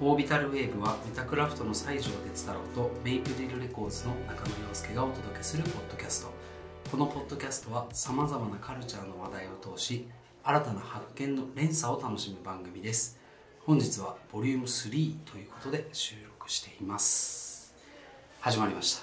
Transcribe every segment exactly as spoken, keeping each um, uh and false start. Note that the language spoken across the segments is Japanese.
オービタルウェーブはメタクラフトの西条哲太郎とメイプリルレコーズの中野陽介がお届けするポッドキャスト。このポッドキャストはさまざまなカルチャーの話題を通し、新たな発見の連鎖を楽しむ番組です。本日はボリュームスリーということで収録しています。始まりました。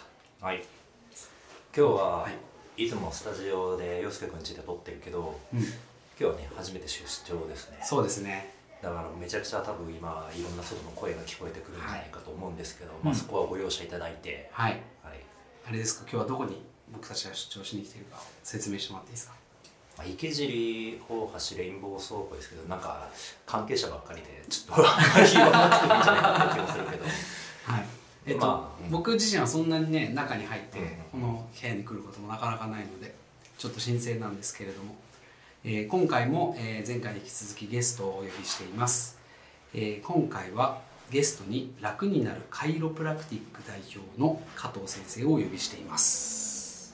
はい、今日は、はい、いつもスタジオで陽介くん家で撮ってるけど、うん、今日はね初めて出張ですね。 そうですね。 だからめちゃくちゃ多分今いろんな外の声が聞こえてくるんじゃないかと思うんですけど、はい、まあ、そこはご容赦いただいて、 はい、はい、あれですか、今日はどこに僕たちが出張しに来ているか説明してもらっていいですか。 まあ、池尻大橋レインボー倉庫ですけど、なんか関係者ばっかりでちょっとあんまり言わなくてもいいんじゃないかって気もするけどはい、えっと、まあうん、僕自身はそんなにね中に入ってこの部屋に来ることもなかなかないのでちょっと新鮮なんですけれども、えー、今回も、えー、前回に引き続きゲストをお呼びしています。えー、今回はゲストに楽になるカイロプラクティック代表の加藤先生をお呼びしています。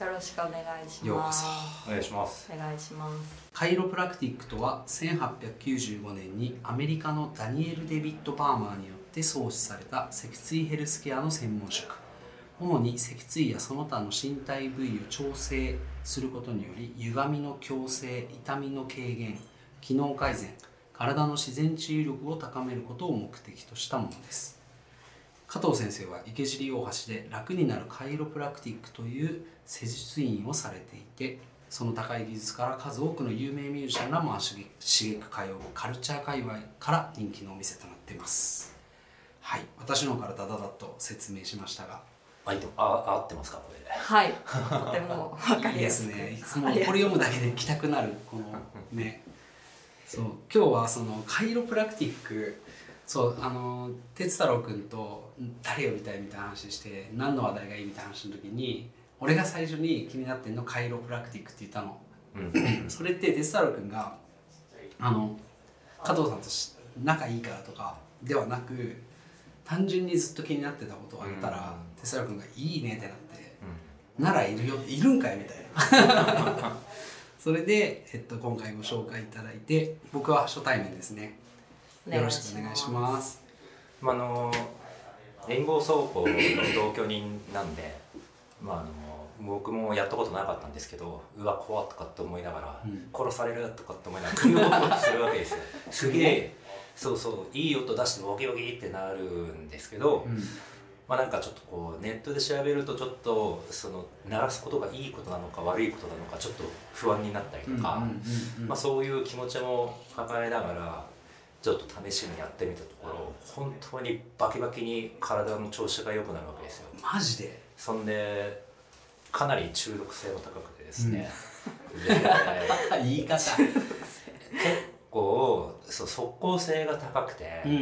よろしくお願いします。 ようこそお願いします。 お願いします。 カイロプラクティックとはせんはっぴゃくきゅうじゅうごねんにアメリカのダニエル・デビッド・バーマーによって創始された脊椎ヘルスケアの専門職。主に脊椎やその他の身体部位を調整することにより歪みの矯正、痛みの軽減、機能改善、体の自然治癒力を高めることを目的としたものです。加藤先生は池尻大橋で楽になるカイロプラクティックという施術院をされていて、その高い技術から数多くの有名ミュージシャンらも足しげく通うカルチャー界隈から人気のお店となっています。はい、私の方からダダダッと説明しましたが、 あ、合ってますかこれで。 はい、とても分かりやすく。 いいですね。いつもこれ読むだけで来たくなるこのね。そう、今日はそのカイロプラクティック、そうあの哲太郎君と誰呼びたいみたいな話して何の話題がいいみたいな話の時に俺が最初に気になってんのカイロプラクティックって言ったの、うん、それって哲太郎君があの加藤さんと仲いいからとかではなく単純にずっと気になってたことをあげたら、うん、哲太郎君がいいねってなって、うん、ならいるよっているんかいみたいなそれで、えっと、今回ご紹介いただいて、僕は初対面ですね。よろしくお願いします。 まあ、あのレインボー倉庫の同居人なんで、まあ、あの僕もやったことなかったんですけど、うわ怖っとかって思いながら、うん、殺されるとかって思いながら首をボコボコするわけですよ。すげえそうそういい音出してボキボキってなるんですけど、うん、まあ、なんかちょっとこうネットで調べるとちょっとその鳴らすことがいいことなのか悪いことなのかちょっと不安になったりとか、まあそういう気持ちも抱えながらちょっと試しにやってみたところ、本当にバキバキに体の調子が良くなるわけですよ。 マジで？ そんでかなり中毒性も高くてですね、うん、で言い方結構そう即効性が高くて、うんうんうん、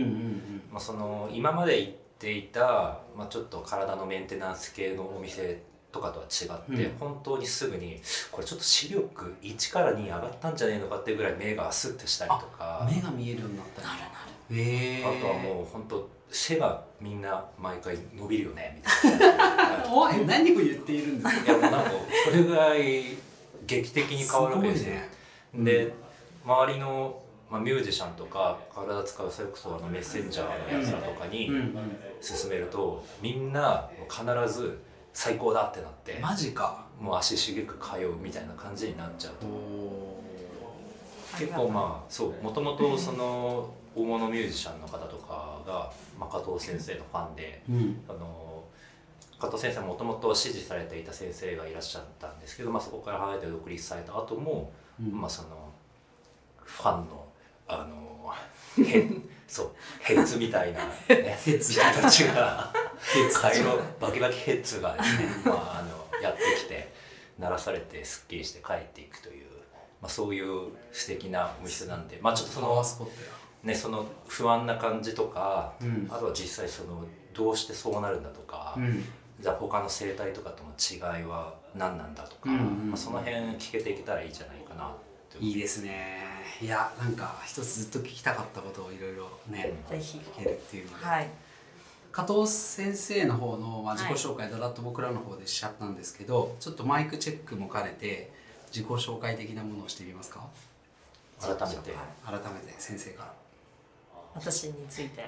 まあ、その今まで行っていた、まあ、ちょっと体のメンテナンス系のお店とかとは違って、うん、本当にすぐにこれちょっと視力いちからに上がったんじゃねえのかっていうぐらい目がスッとしたりとか、 目が見えるようになったり、なるなる、 えー、あとはもう本当背がみんな毎回伸びるよねみたいなおい何を言っているんですか。 いやもうなんかそれぐらい劇的に変わるわけですよ。すごいね。で周りの、まあ、ミュージシャンとか体使うそれこそあのメッセンジャーのやつらとかに勧めると、みんな必ず最高だってなって、 マジか、 もう足しげく通うみたいな感じになっちゃうと、結構まあそうもともとその大物ミュージシャンの方とかが、まあ、加藤先生のファンで、うん、あの加藤先生もともと支持されていた先生がいらっしゃったんですけど、まあ、そこから離れて独立された後も、うん、まあそのファンのあのヘそうヘッズみたいな、ね、 ヘッズ人たちがカイロバキバキヘッズがですね、まあ、あのやってきて鳴らされてスッキリして帰っていくという、まあ、そういう素敵なお店なんで、まあ、ちょっとその、ね、その不安な感じとか、うん、あとは実際そのどうしてそうなるんだとか、うん、じゃあ他の生態とかとの違いは何なんだとか、うんうん、まあ、その辺聞けていけたらいいんじゃないかな。 いいですね。いやなんか一つずっと聞きたかったことをいろいろね、ぜひ聞けるっていうので、はい、加藤先生の方の、まあ、自己紹介だらっと僕らの方でしちゃったんですけど、はい、ちょっとマイクチェックも兼ねて自己紹介的なものをしてみますか。 改めて改めて先生から私について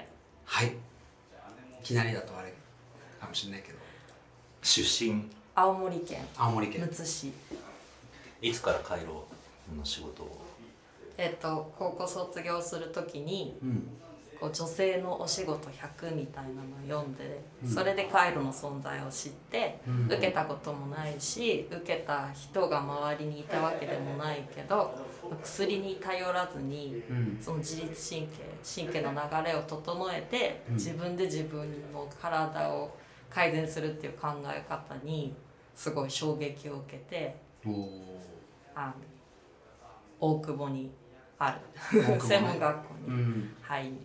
はい。いきなりだとあれかもしれないけど。 出身青森県青森県むつ市。 いつからカイロの仕事を？ えっと高校卒業するときに、 うん、 こう女性のお仕事ひゃくみたいなのを読んで、 うん、 それでカイロの存在を知って、 うん、 受けたこともないし受けた人が周りにいたわけでもないけど、薬に頼らずに、うん、その自律神経神経の流れを整えて、うん、自分で自分の体を改善するっていう考え方にすごい衝撃を受けて、あの大久保にある専門学校に入って、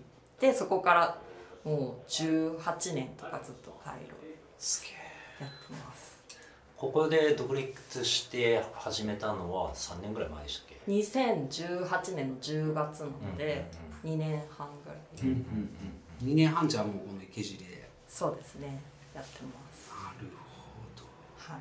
そこからもうじゅうはちねんとかずっとカイロやってます。 ここで独立して始めたのはさんねんぐらい前でしたっけ？ にせんじゅうはちねんのじゅうがつなので、うんうんうん、にねんはんぐらい、うんうんうん、にねんはんじゃもうこの池尻で。 そうですね、やってます。 なるほど。 はい。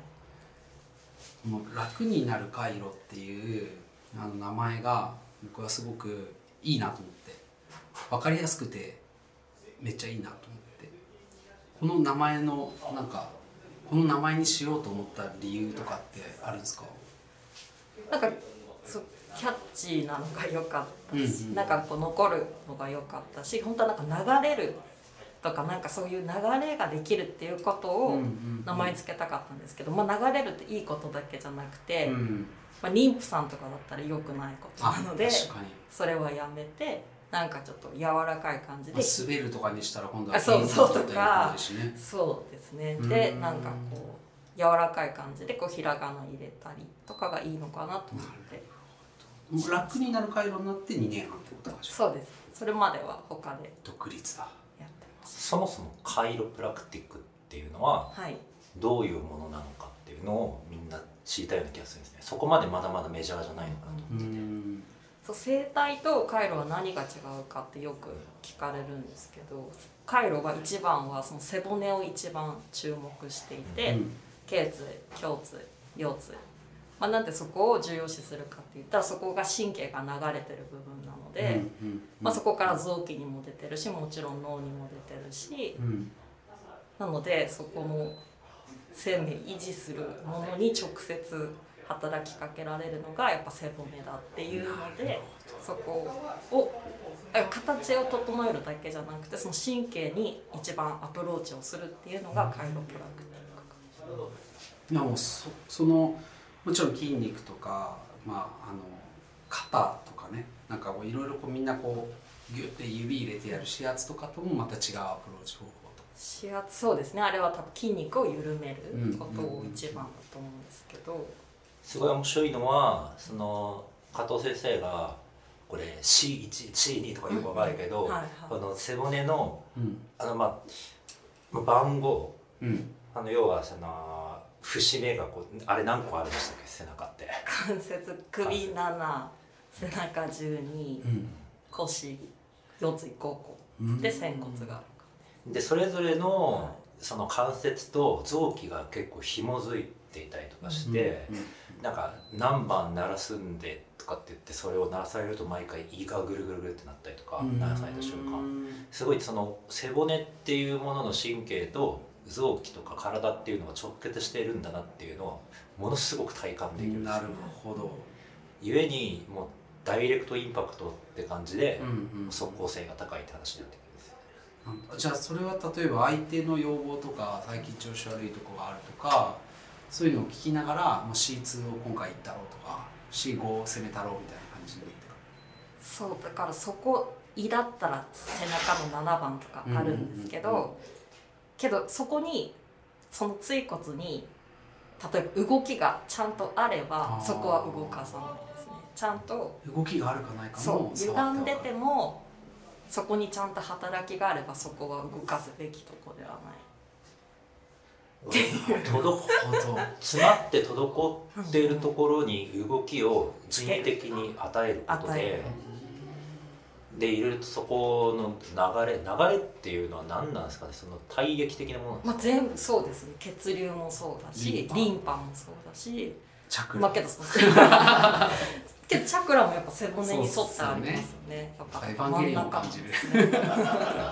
もう楽になるカイロっていうあの名前が僕はすごくいいなと思って、分かりやすくてめっちゃいいなと思って、この名前のなんかこの名前にしようと思った理由とかってあるんですか？ なんかそキャッチーなのが良かったし、うんうん、なんかこう残るのが良かったし、本当はなんか流れるとかなんかそういう流れができるっていうことを名前つけたかったんですけど、まあ、流れるっていいことだけじゃなくて、うん、まあ、妊婦さんとかだったら良くないことなので、それはやめてなんかちょっと柔らかい感じで、 まあ、滑るとかにしたら今度はそうそうとか、 ですね、 そうですね。でなんかこう柔らかい感じでこうひらがな入れたりとかがいいのかなと思って。 もう楽になるカイロになってにねんはんってことなんですか？そうです。それまでは他で独立だ。 そもそもカイロプラクティックっていうのはどういうものなのかっていうのをみんな知りたいような気がするんですね。そこまでまだまだメジャーじゃないのかなと思ってて、うん、 そう生体とカイロは何が違うかってよく聞かれるんですけど、カイロが一番はその背骨を一番注目していて、うん、頸椎、胸椎、腰椎、まあ、なんでそこを重要視するかって言ったらそこが神経が流れてる部分なので、うんうんうん、まあ、そこから臓器にも出てるしもちろん脳にも出てるし、うん、なのでそこの生命維持するものに直接働きかけられるのがやっぱ背骨だっていうので、そこを形を整えるだけじゃなくてその神経に一番アプローチをするっていうのがカイロプラクティック。 いやもう そ, そのもちろん筋肉とか、まあ、あの肩とかね、なんかいろいろみんなこうギュッて指入れてやる指圧とかともまた違うアプローチ方法と。 指圧、そうですね、あれは多分筋肉を緩めることを一番だと思うんですけど、うんうんうん、 すごい面白いのはその加藤先生がこれ シーワン、シーツー とかよくわかるけど、うん、はいはい、この背骨の、うん、あのまあ番号、うん、あの要はその節目がこうあれ何個あるんでしたっけ、背中って。 関節、首なな、背中じゅうに、うん、腰腰椎ごこ、うん、で仙骨がある。 でそれぞれの、はい、その関節と臓器が結構紐づいていたりとかして、うんうん、なんか何番鳴らすんでとかって言ってそれを鳴らされると毎回胃がぐるぐるぐるってなったりとか、うん、鳴らされた瞬間すごいその背骨っていうものの神経と臓器とか体っていうのが直結しているんだなっていうのをものすごく体感できるんですよね。 なるほど。 ゆえにもうダイレクトインパクトって感じで、うんうん、即効性が高いって話になってくるんですよね。 じゃあそれは例えば相手の要望とか最近調子悪いとこがあるとかそういうのを聞きながらもう シーツー を今回いったろうとか シーファイブ を攻めたろうみたいな感じになってる。 そうだからそこ胃だったら背中のななばんとかあるんですけど、うんうんうんうん、けどそこにその椎骨に例えば動きがちゃんとあればそこは動かさないですね。ちゃんと動きがあるかないかもそう歪んでてもそこにちゃんと働きがあればそこは動かすべきとこではないっていう滞詰まって滞っているところに動きを人的に与えることででいろいろとそこの流れ流れっていうのは何なんですかね。その体液的なものなんですか、 まあ、全部そうですね。血流もそうだしリンパもそうだしチャクラ、 まあ、けどけどチャクラもやっぱ背骨に沿ってありますよね。やっぱエヴァンゲリオンを感じる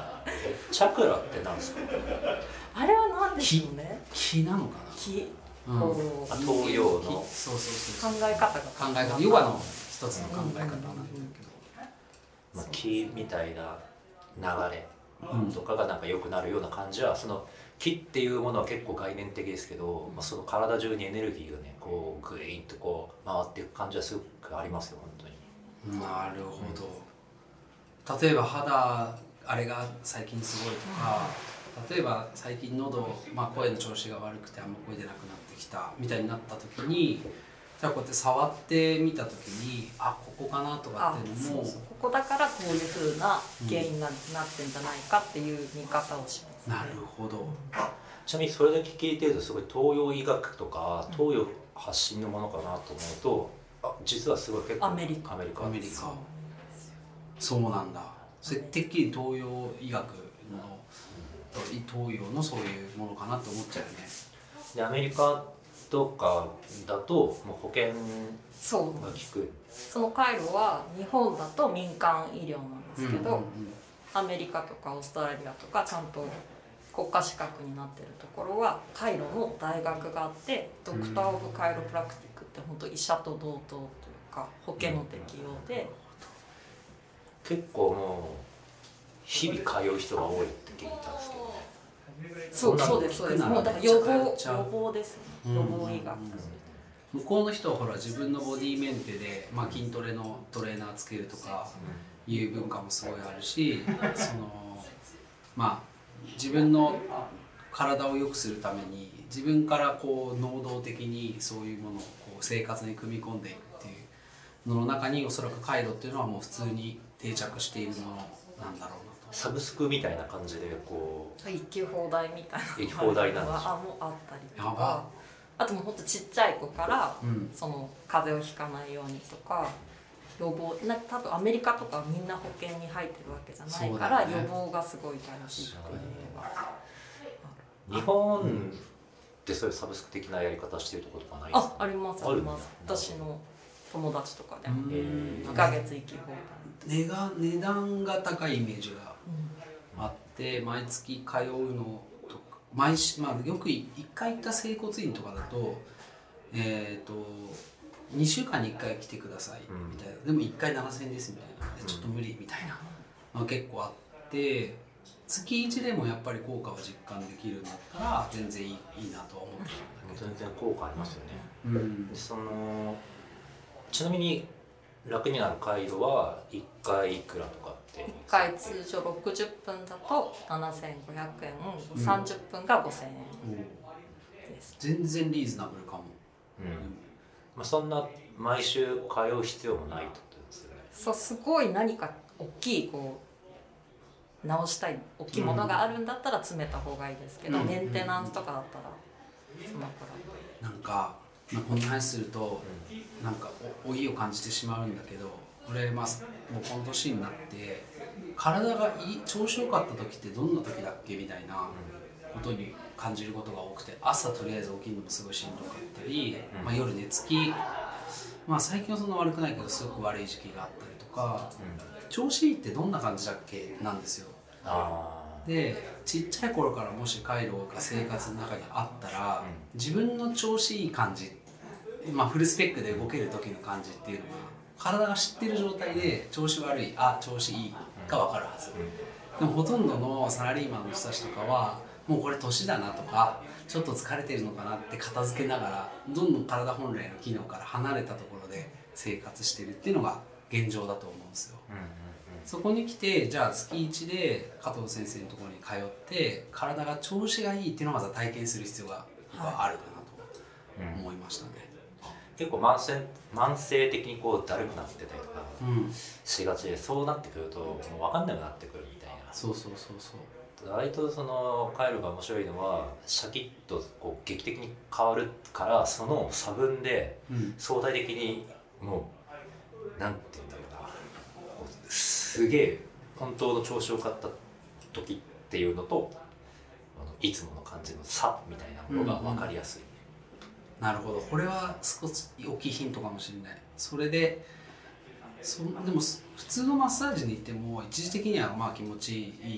チャクラって何ですか？ あれは何でしょうね。 気なのかな。 気、 うん、 こう東洋のそうそうそう考え方が考え方、ヨガの一つの考え方なんだけど、 まあ、気みたいな流れとかがなんか良くなるような感じは、その気っていうものは結構概念的ですけど、まあ、その体中にエネルギーがねこうグイーンとこう回っていく感じはすごくありますよ本当に。 なるほど。例えば肌あれが最近すごいとか、例えば最近喉、まあ、声の調子が悪くてあんま声出なくなってきたみたいになった時に、じゃあこうやって触ってみた時に、あ、ここかなとかっていうのも、 そうそう、ここだからこういう風な原因になってんじゃないかっていう見方をしますね。 なるほど。 ちなみにそれだけ聞いてるとすごい東洋医学とか東洋発信のものかなと思うと、あ、実はすごい結構アメリカアメリカアメリカそうなんだ。それてっきり東洋医学の、うん、東洋のそういうものかなと思っちゃうよね。 でアメリカとかだともう保険がそう効く。 その回路は日本だと民間医療なんですけど、 うんうんうん、 アメリカとかオーストラリアとかちゃんと国家資格になってるところは回路の大学があって、ドクター・オブ・カイロプラクティックって本当医者と同等というか保険の適用で、 結構もう日々通う人が多いって聞いたんですけどね。 そうそうですそうです。もうだから予防予防ですね。予防医学。 向こうの人はほら自分のボディメンテで、まあ、筋トレのトレーナーつけるとかいう文化もすごいあるし、そのまあ自分の体を良くするために自分からこう能動的にそういうものをこう生活に組み込んでいくっていうのの中に、おそらく回路っていうのはもう普通に定着しているものなんだろうなと。 サブスクみたいな感じでこう行き放題みたいな行き放題なんですあもあったりとやばか、あともうほんとちっちゃい子から、 うん、 その風邪をひかないようにとか予防な、多分アメリカとかみんな保険に入ってるわけじゃないから、 そうだよね、 予防がすごい大事っていうのが日本ってそういうサブスク的なやり方してるところとかないですか？ あありますあります。私の友達とかでもうんにかげつ行き放題。 値が値段が高いイメージがあって、毎月通うのとか毎週、まあ、よくいっかい行った整骨院とかだと、えー、とにしゅうかんにいっかい来てくださいみたいな、うん、でもいっかいななせんえんですみたいな、うん、ちょっと無理みたいな、まあ、結構あって、月いちでもやっぱり効果を実感できるんだったら全然いい、いいなとは思ってるんだけど、 全然効果ありますよね、 うん、 でそのちなみに楽になる回路はいっかいいくらとかって？いっかい通常ろくじゅっぷんだとななせんごひゃくえん、うん、さんじゅっぷんがごせんえんです、 うん、全然リーズナブルかも、 うん、まあ、そんな毎週通う必要もないってことですよね。 そうすごい何か大きいこう直したい大きいものがあるんだったら詰めた方がいいですけど、うん、メンテナンスとかだったらそのくらい。 なんか、まあ、こんな話すると、うん、なんか老いを感じてしまうんだけど、俺、まあ、もうこの年になって体がいい調子良かった時ってどんな時だっけみたいなことに感じることが多くて、朝とりあえず起きるのもすごいしんどかったり、うん、まあ、夜寝つき、まあ、最近はそんな悪くないけどすごく悪い時期があったりとか、うん、調子いいってどんな感じだっけなんですよ。 あでちっちゃい頃からもし回路が生活の中にあったら、うん、自分の調子いい感じ、まあ、フルスペックで動ける時の感じっていうのは体が知ってる状態で調子悪い、あ、調子いいが分かるはず、うん、でもほとんどのサラリーマンの人たちとかはもうこれ年だなとかちょっと疲れてるのかなって片付けながらどんどん体本来の機能から離れたところで生活してるっていうのが現状だと思うんですよ、うんうんうん、そこに来てじゃあ月いちで加藤先生のところに通って体が調子がいいっていうのをまずは体験する必要が僕はあるかなと思いましたね、 うん、結構慢性、慢性的にこうだるくなってたりとかしがちで、うん、そうなってくるともう分かんなくなってくるみたいな。 そうそうそうそう。 割とその回路が面白いのはシャキッとこう劇的に変わるから、その差分で相対的にもうなんて言うんだろうな、すげえ本当の調子を買った時っていうのとあのいつもの感じの差みたいなものが分かりやすい、 うんうん、なるほど。これは少し大きいヒントかもしれない。それでそでも普通のマッサージに行っても一時的にはまあ気持ちいい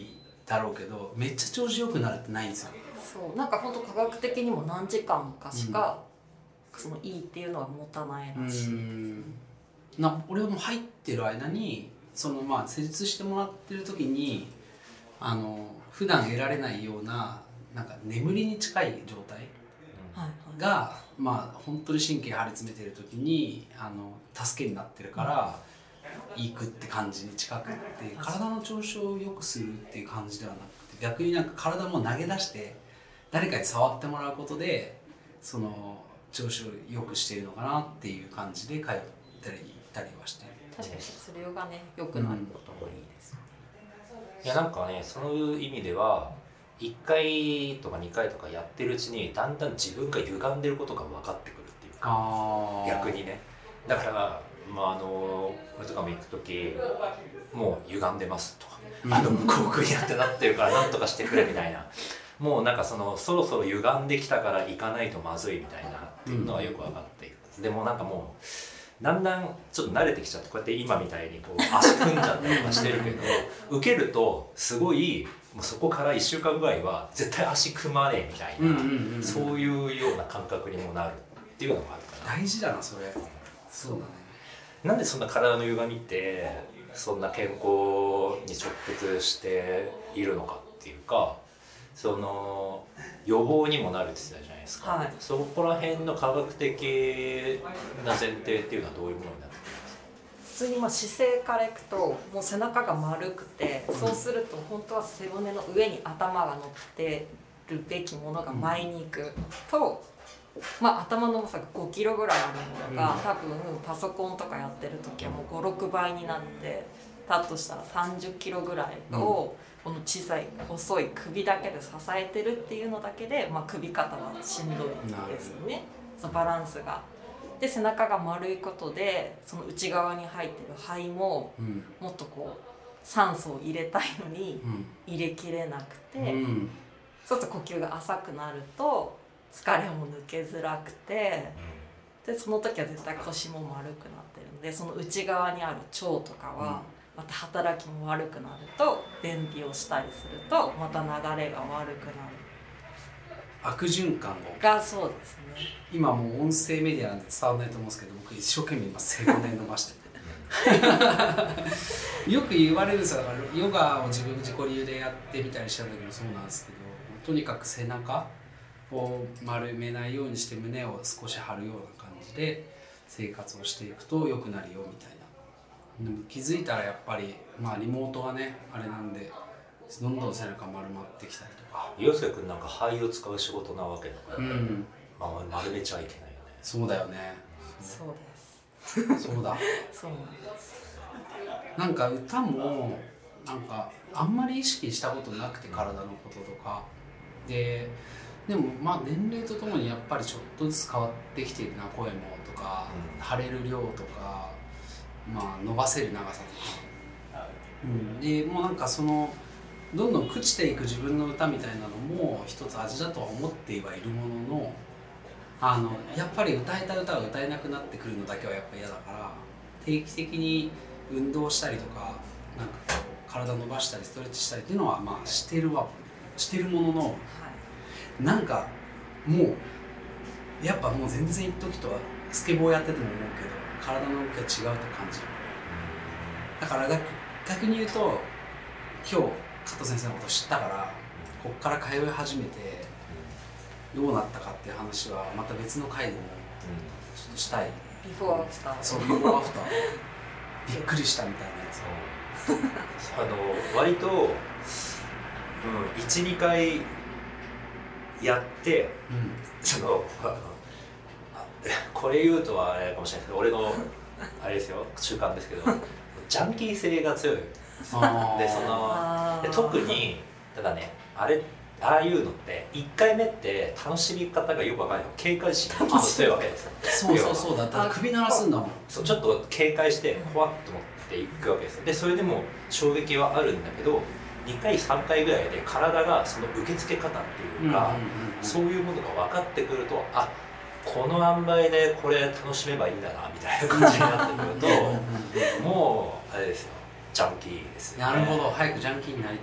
だろうけどめっちゃ調子よくなるってないんですよ。 そうなんか本当科学的にも何時間かしか、うん、そのいいっていうのは持たないらしいです、ね、うんな俺も入ってる間にそのまあ施術してもらってる時にあの普段得られないようななんか眠りに近い状態が、まあ本当に神経張り詰めてる時にあの助けになってるから行くって感じに近くって体の調子を良くするっていう感じではなくて逆になんか体も投げ出して誰かに触ってもらうことでその調子を良くしているのかなっていう感じで通ったり行ったりはしてる。 確かにそれがね良くなることもいいです、 うん、いやなんかねそういう意味ではいっかいとかにかいとかやってるうちにだんだん自分が歪んでることが分かってくるっていうかあ逆にねだからまああの俺とかも行く時もう歪んでますとか、うん、あの向こう国やってなってるからなんとかしてくれみたいなもうなんかそのそろそろ歪んできたから行かないとまずいみたいなっていうのはよく分かっている、うん、でもなんかもうだんだんちょっと慣れてきちゃってこうやって今みたいにこう足組んじゃったりとかしてるけど受けるとすごいもうそこからいっしゅうかんぐらいは絶対足組まねえみたいな、うんうんうん、そういうような感覚にもなるっていうのがあるかな。大事だなそれ。そうだね。 なんでそんな体の歪みってそんな健康に直結しているのかっていうかその予防にもなるって言ってたじゃないですか、はい、そこら辺の科学的な前提っていうのはどういうものになってくるんですか？ 普通にまあ姿勢からいくともう背中が丸くてそうすると本当は背骨の上に頭が乗ってるべきものが前に行くと、まあ、頭の重さがごキロぐらいあるものが多分パソコンとかやってる時はもうご、ろくばいになってだとしたらさんじゅっキロぐらいをこの小さい細い首だけで支えてるっていうのだけで、まあ、首肩はしんどいですよねそのバランスが。で背中が丸いことでその内側に入ってる肺ももっとこう酸素を入れたいのに入れきれなくて、うん、そうすると呼吸が浅くなると疲れも抜けづらくてでその時は絶対腰も丸くなってるんでその内側にある腸とかはまた働きも悪くなると便秘をしたりするとまた流れが悪くなる悪循環をがそうですね。 今もう音声メディアなんで伝わらないと思うんですけど僕一生懸命今背骨伸ばしててよく言われるんですよ。だからヨガを自分自己流でやってみたりした時もそうなんですけどとにかく背中を丸めないようにして胸を少し張るような感じで生活をしていくと良くなるよみたいな。でも気づいたらやっぱりまあリモートがねあれなんでどんどん背中丸まってきたりとか。 陽介君なんか肺を使う仕事なわけだから、うんまあ、丸めちゃいけないよね。 そうだよね。 そうですそうだそうなんです。 なんか歌もなんかあんまり意識したことなくて体のこととかででもまあ年齢とともにやっぱりちょっとずつ変わってきているな声もとか、うん、張れる量とか、まあ、伸ばせる長さとか、うん、でもうなんかそのどんどん朽ちていく自分の歌みたいなのも一つ味だとは思ってはいるものの、あのやっぱり歌えた歌が歌えなくなってくるのだけはやっぱ嫌だから定期的に運動したりとかなんかこう体伸ばしたりストレッチしたりっていうのはまあしてるはしてるものの、はい、なんかもうやっぱもう全然一時とはスケボーやってても思うけど体の動きが違うと感じる。だから逆に言うと今日加藤先生のことを知ったからこっから通い始めてどうなったかっていう話はまた別の回でもちょっとしたい。 ビフォーアフター。 そうビフォーアフターびっくりしたみたいなやつをあの割と、うん、いちにかいやって、うん、そのこれ言うとはあれかもしれないですけど俺のあれですよ習慣ですけどジャンキー性が強いでそので特にただねあれああいうのっていっかいめって楽しみ方がよく分からないの警戒心がちょっと強いわけですよ。 そうそうそうだった首鳴らすんだもん。 そうちょっと警戒して怖っと思っていくわけですよ。でそれでも衝撃はあるんだけどにかいさんかいぐらいで体がその受け付け方っていうか、うんうんうんうん、そういうものが分かってくるとあこの塩梅でこれ楽しめばいいんだなみたいな感じになってくるともうあれですよジャンキーですね。 なるほど早くジャンキーになりたいな。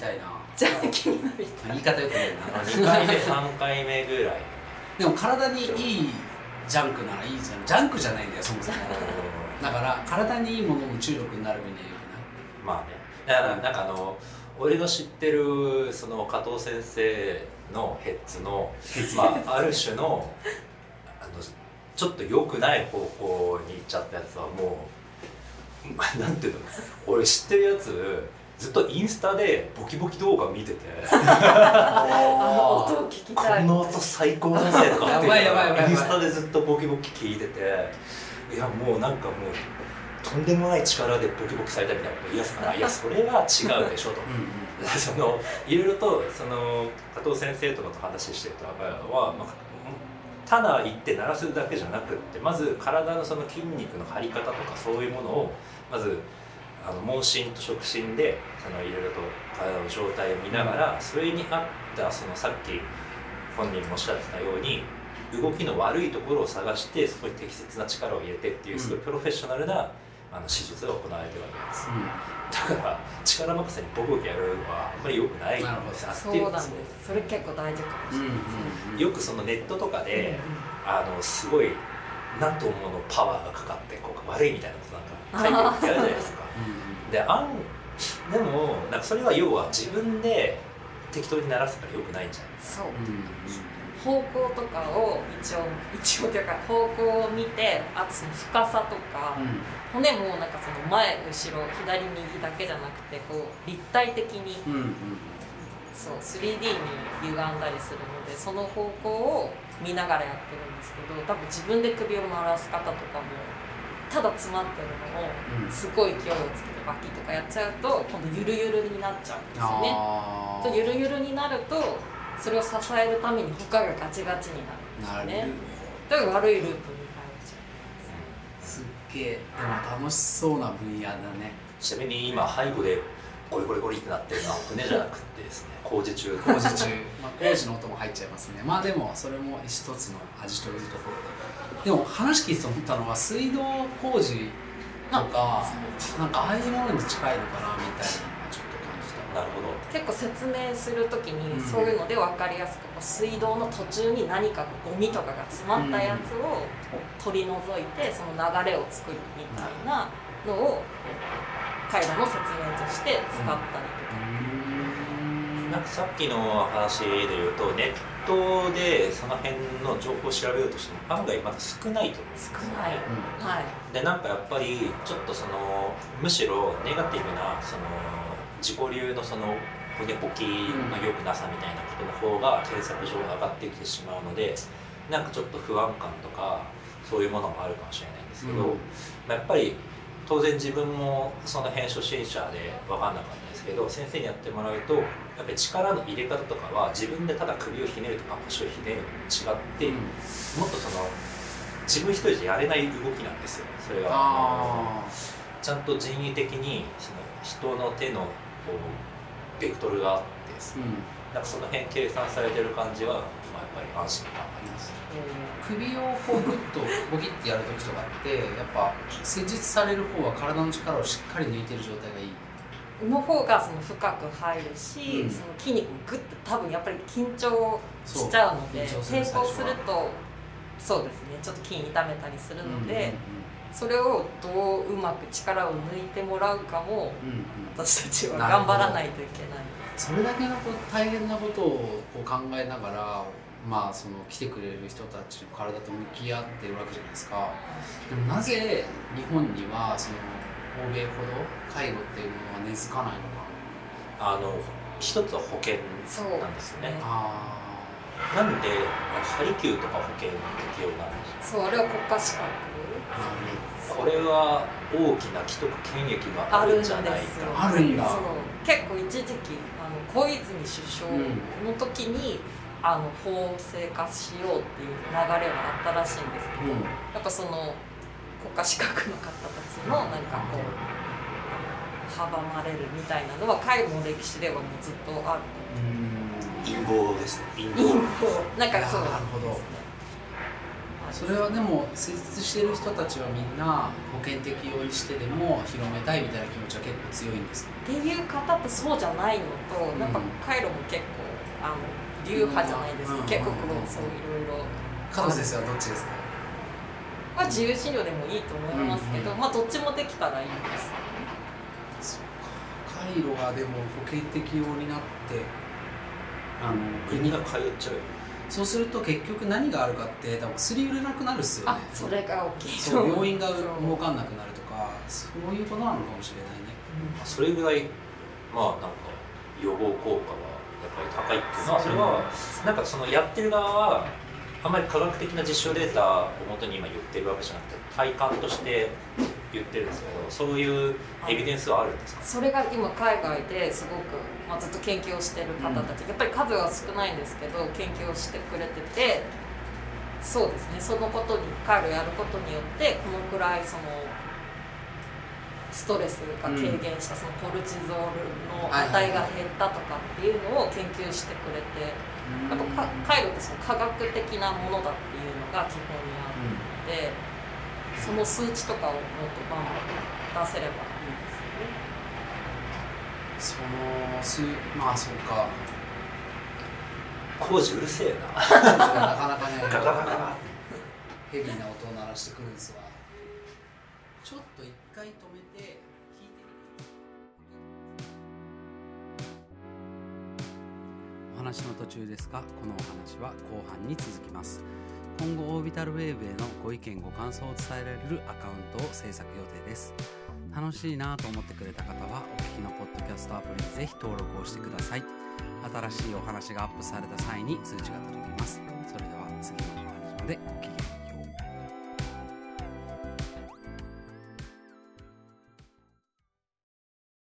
ちゃ気になる人言い方よくないなにかいめさんかいめぐらいでも体にいいジャンクならいいじゃん。ジャンクじゃないんだよそもそもだから体にいいものの注力になる分にはよくない。 まあね、だからなんかあの俺が知ってるその加藤先生のヘッズの、まあ、ある種のあのちょっと良くない方向に行っちゃったやつはもうなんていうの、俺知ってるやつずっとインスタでボキボキ動画見ててあの音を聞きこたい。 の音最高だぜとかってやばいやばいやばいやばいインスタでずっとボキボキ聞いてて、いやもうなんかもうとんでもない力でボキボキされたみたいなこと言いやすから、いやそれは違うでしょとうん、うん、 そのいろいろとその加藤先生とかと話してた場合は、まあ、ただ言って鳴らすだけじゃなくって、まず体のその筋肉の張り方とかそういうものをまずあの問診と触診でそのいろいろと体の状態を見ながら、それに合ったそのさっき本人もおっしゃってたように動きの悪いところを探してそこに適切な力を入れてっていうすごいプロフェッショナルなあの手術が行われてるわけです、うん、だから力任せにボコボコやるのはあんまり良くないんですよ。 そうなんです。それ結構大事かもしれないですね、 うんうん、 よくそのネットとかで、うん、あのすごい何とものパワーがかかってこう悪いみたいなことなんか書いてるじゃないですかで、あんでもなんかそれは要は自分で適当に鳴らすから良くないんじゃないですか。 そう、うん、方向とかを一応一応というか方向を見て、あとその深さとか、うん、骨もなんかその前後ろ左右だけじゃなくてこう立体的に、うんうん、そう スリーディー に歪んだりするので、その方向を見ながらやってるんですけど、多分自分で首を回す方とかもただ詰まってるのをすごい勢いをつけてバキとかやっちゃうと今度ゆるゆるになっちゃうんですよね。とゆるゆるになるとそれを支えるために他がガチガチになるんですよね。だから悪いループに入っちゃう。 すっげえでも楽しそうな分野だね。 ちなみに今背後でゴリゴリゴリってなってるのは船じゃなくてですね、工事中工事中、まあ、工事の音も入っちゃいますね。まあでもそれも一つの味というところで、でも話聞いて思ったのは水道工事とかなんかああいうものに近いのかなみたいなのはちょっと感じた。 なるほど。 結構説明するときにそういうので分かりやすく、うん、水道の途中に何かゴミとかが詰まったやつを取り除いてその流れを作るみたいなのを回路の説明として使ったりとか、 うん、なんかさっきの話で言うとネットでその辺の情報を調べようとしても案外まだ少ないと思うんですよね。 少ない、うん、はい。 でなんかやっぱりちょっとそのむしろネガティブなその自己流のその骨ポキの良くなさみたいなことの方が検索上上がってきてしまうので、なんかちょっと不安感とかそういうものもあるかもしれないんですけど、うん、まあ、やっぱり当然自分もその辺初心者で分かんなかったんですけど、先生にやってもらうとやっぱり力の入れ方とかは自分でただ首をひねるとか腰をひねるのと違って、うん、もっとその自分一人じゃやれない動きなんですよ。それはちゃんと人為的にその人の手のこうベクトルがあってですね、うん、なんかその辺計算されてる感じは、まあ、やっぱり安心感あります。 首をこうグッとボキッてやるときとかってやっぱ施術される方は体の力をしっかり抜いてる状態がいいの方がその深く入るし、うん、その筋肉もグッて多分やっぱり緊張しちゃうので抵抗するとそうですねちょっと筋痛めたりするので、うんうんうん、それをどううまく力を抜いてもらうかも、うんうん、私たちは頑張らないといけない。 それだけのこう大変なことをこう考えながら、まあ、その来てくれる人たちの体と向き合っているわけじゃないですか。でもなぜ日本にはその欧米ほど介護っていうものは根付かないのか。 あの一つは保険なんですね。 あなんでハリキューとか保険適用なんですか。 そう、あれは国家資格。 これは大きな既得権益があるんじゃないか。 あるんだ。 そう結構一時期あの小泉首相の時に、うん、あの法制化しようっていう流れはあったらしいんですけど、うん、やっぱその国家資格の方たちのなんかこう阻まれるみたいなのは介護の歴史ではもうずっとある。 陰謀ですね。 陰謀。なんかそうなるほど。 あです。 それはでも施術してる人たちはみんな保険適用にしてでも広めたいみたいな気持ちは結構強いんですか？ っていう方とそうじゃないのと、うん、やっぱカイロも結構あの流派じゃないですか、うん、結構そういろいろ。 加藤先生はどっちですか？ まあ自由診療でもいいと思いますけど、うんうん、まあどっちもできたらいいんですよね。 そうか、カイロがでも保険適用になってあの国が通っちゃう。 そうすると結局何があるかって多分薬売れなくなるっすよね。 あ、それが大きい。 そう、病院が儲かんなくなるとかそういうことなのかもしれないね、 うん、それぐらいまあなんか予防効果はやっぱり高いっていうのはそれはなんかそのやってる側はあんまり科学的な実証データをもとに今言ってるわけじゃなくて体感として言ってるんですけど、そういうエビデンスはあるんですか？ それが今海外ですごく、まあ、ずっと研究をしている方たち、うん、やっぱり数は少ないんですけど研究をしてくれてて、そうですね、そのことにカイロやることによってこのくらいそのストレスが軽減した、そのコルチゾールの値が減ったとかっていうのを研究してくれて、やっぱカイロってその科学的なものだっていうのが基本にあるので、うん、その数値とかをもっとバンバン出せればいいですよね。 その数まあそうか。 工事うるせえな。 なかなかねガガガガヘビーな音を鳴らしてくるんですわ。ちょっと一回止めて聞いてみて。お話の途中ですが、このお話は後半に続きます。今後オービタルウェーブへのご意見ご感想を伝えられるアカウントを制作予定です。楽しいなと思ってくれた方はお聞きのポッドキャストアプリにぜひ登録をしてください。新しいお話がアップされた際に通知が届きます。それでは次のお話までお聞き